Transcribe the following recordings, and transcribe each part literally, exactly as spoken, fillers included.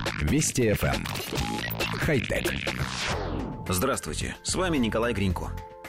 Вести эф эм. Хай-тек. Здравствуйте, с вами Николай Гринько.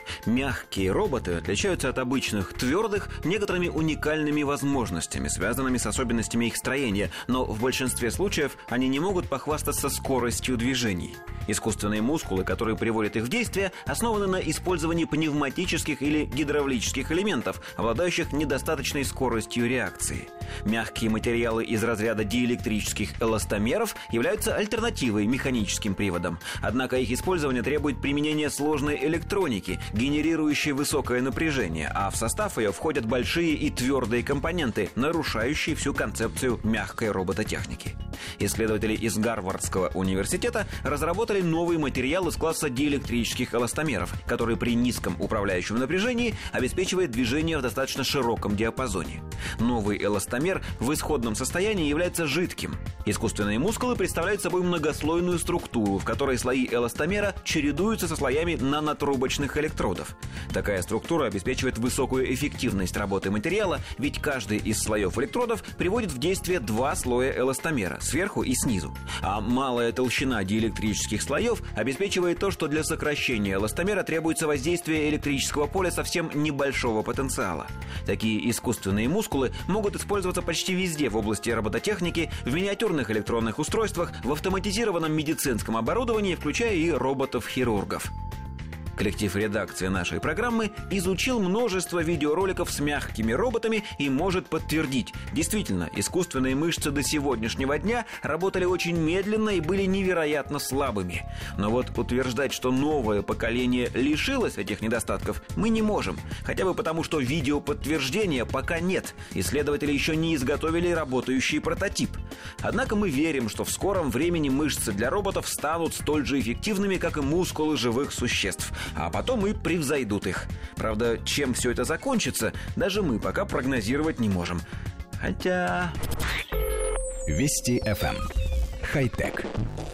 Мягкие роботы отличаются от обычных твердых некоторыми уникальными возможностями, связанными с особенностями их строения, но в большинстве случаев они не могут похвастаться скоростью движений. Искусственные мускулы, которые приводят их в действие, основаны на использовании пневматических или гидравлических элементов, обладающих недостаточной скоростью реакции. Мягкие материалы из разряда диэлектрических эластомеров являются альтернативой механическим приводам. Однако их использование требует применения сложной электроники, генерирующей высокое напряжение, а в состав ее входят большие и твердые компоненты, нарушающие всю концепцию мягкой робототехники. Исследователи из Гарвардского университета разработали новый материал из класса диэлектрических эластомеров, который при низком управляющем напряжении обеспечивает движение в достаточно широком диапазоне. Новый эластомер в исходном состоянии является жидким. Искусственные мускулы представляют собой многослойную структуру, в которой слои эластомера чередуются со слоями нанотрубочных электродов. Такая структура обеспечивает высокую эффективность работы материала, ведь каждый из слоев электродов приводит в действие два слоя эластомера – сверху и снизу. А малая толщина диэлектрических слоев обеспечивает то, что для сокращения эластомера требуется воздействие электрического поля совсем небольшого потенциала. Такие искусственные мускулы могут использоваться почти везде в области робототехники, в миниатюрных электронных устройствах, в автоматизированном медицинском оборудовании, включая и роботов-хирургов. Коллектив редакции нашей программы изучил множество видеороликов с мягкими роботами и может подтвердить: действительно, искусственные мышцы до сегодняшнего дня работали очень медленно и были невероятно слабыми. Но вот утверждать, что новое поколение лишилось этих недостатков, мы не можем. Хотя бы потому, что видеоподтверждения пока нет. Исследователи еще не изготовили работающий прототип. Однако мы верим, что в скором времени мышцы для роботов станут столь же эффективными, как и мускулы живых существ. А потом и превзойдут их. Правда, чем все это закончится, даже мы пока прогнозировать не можем. Хотя... Вести эф эм. Хай-тек.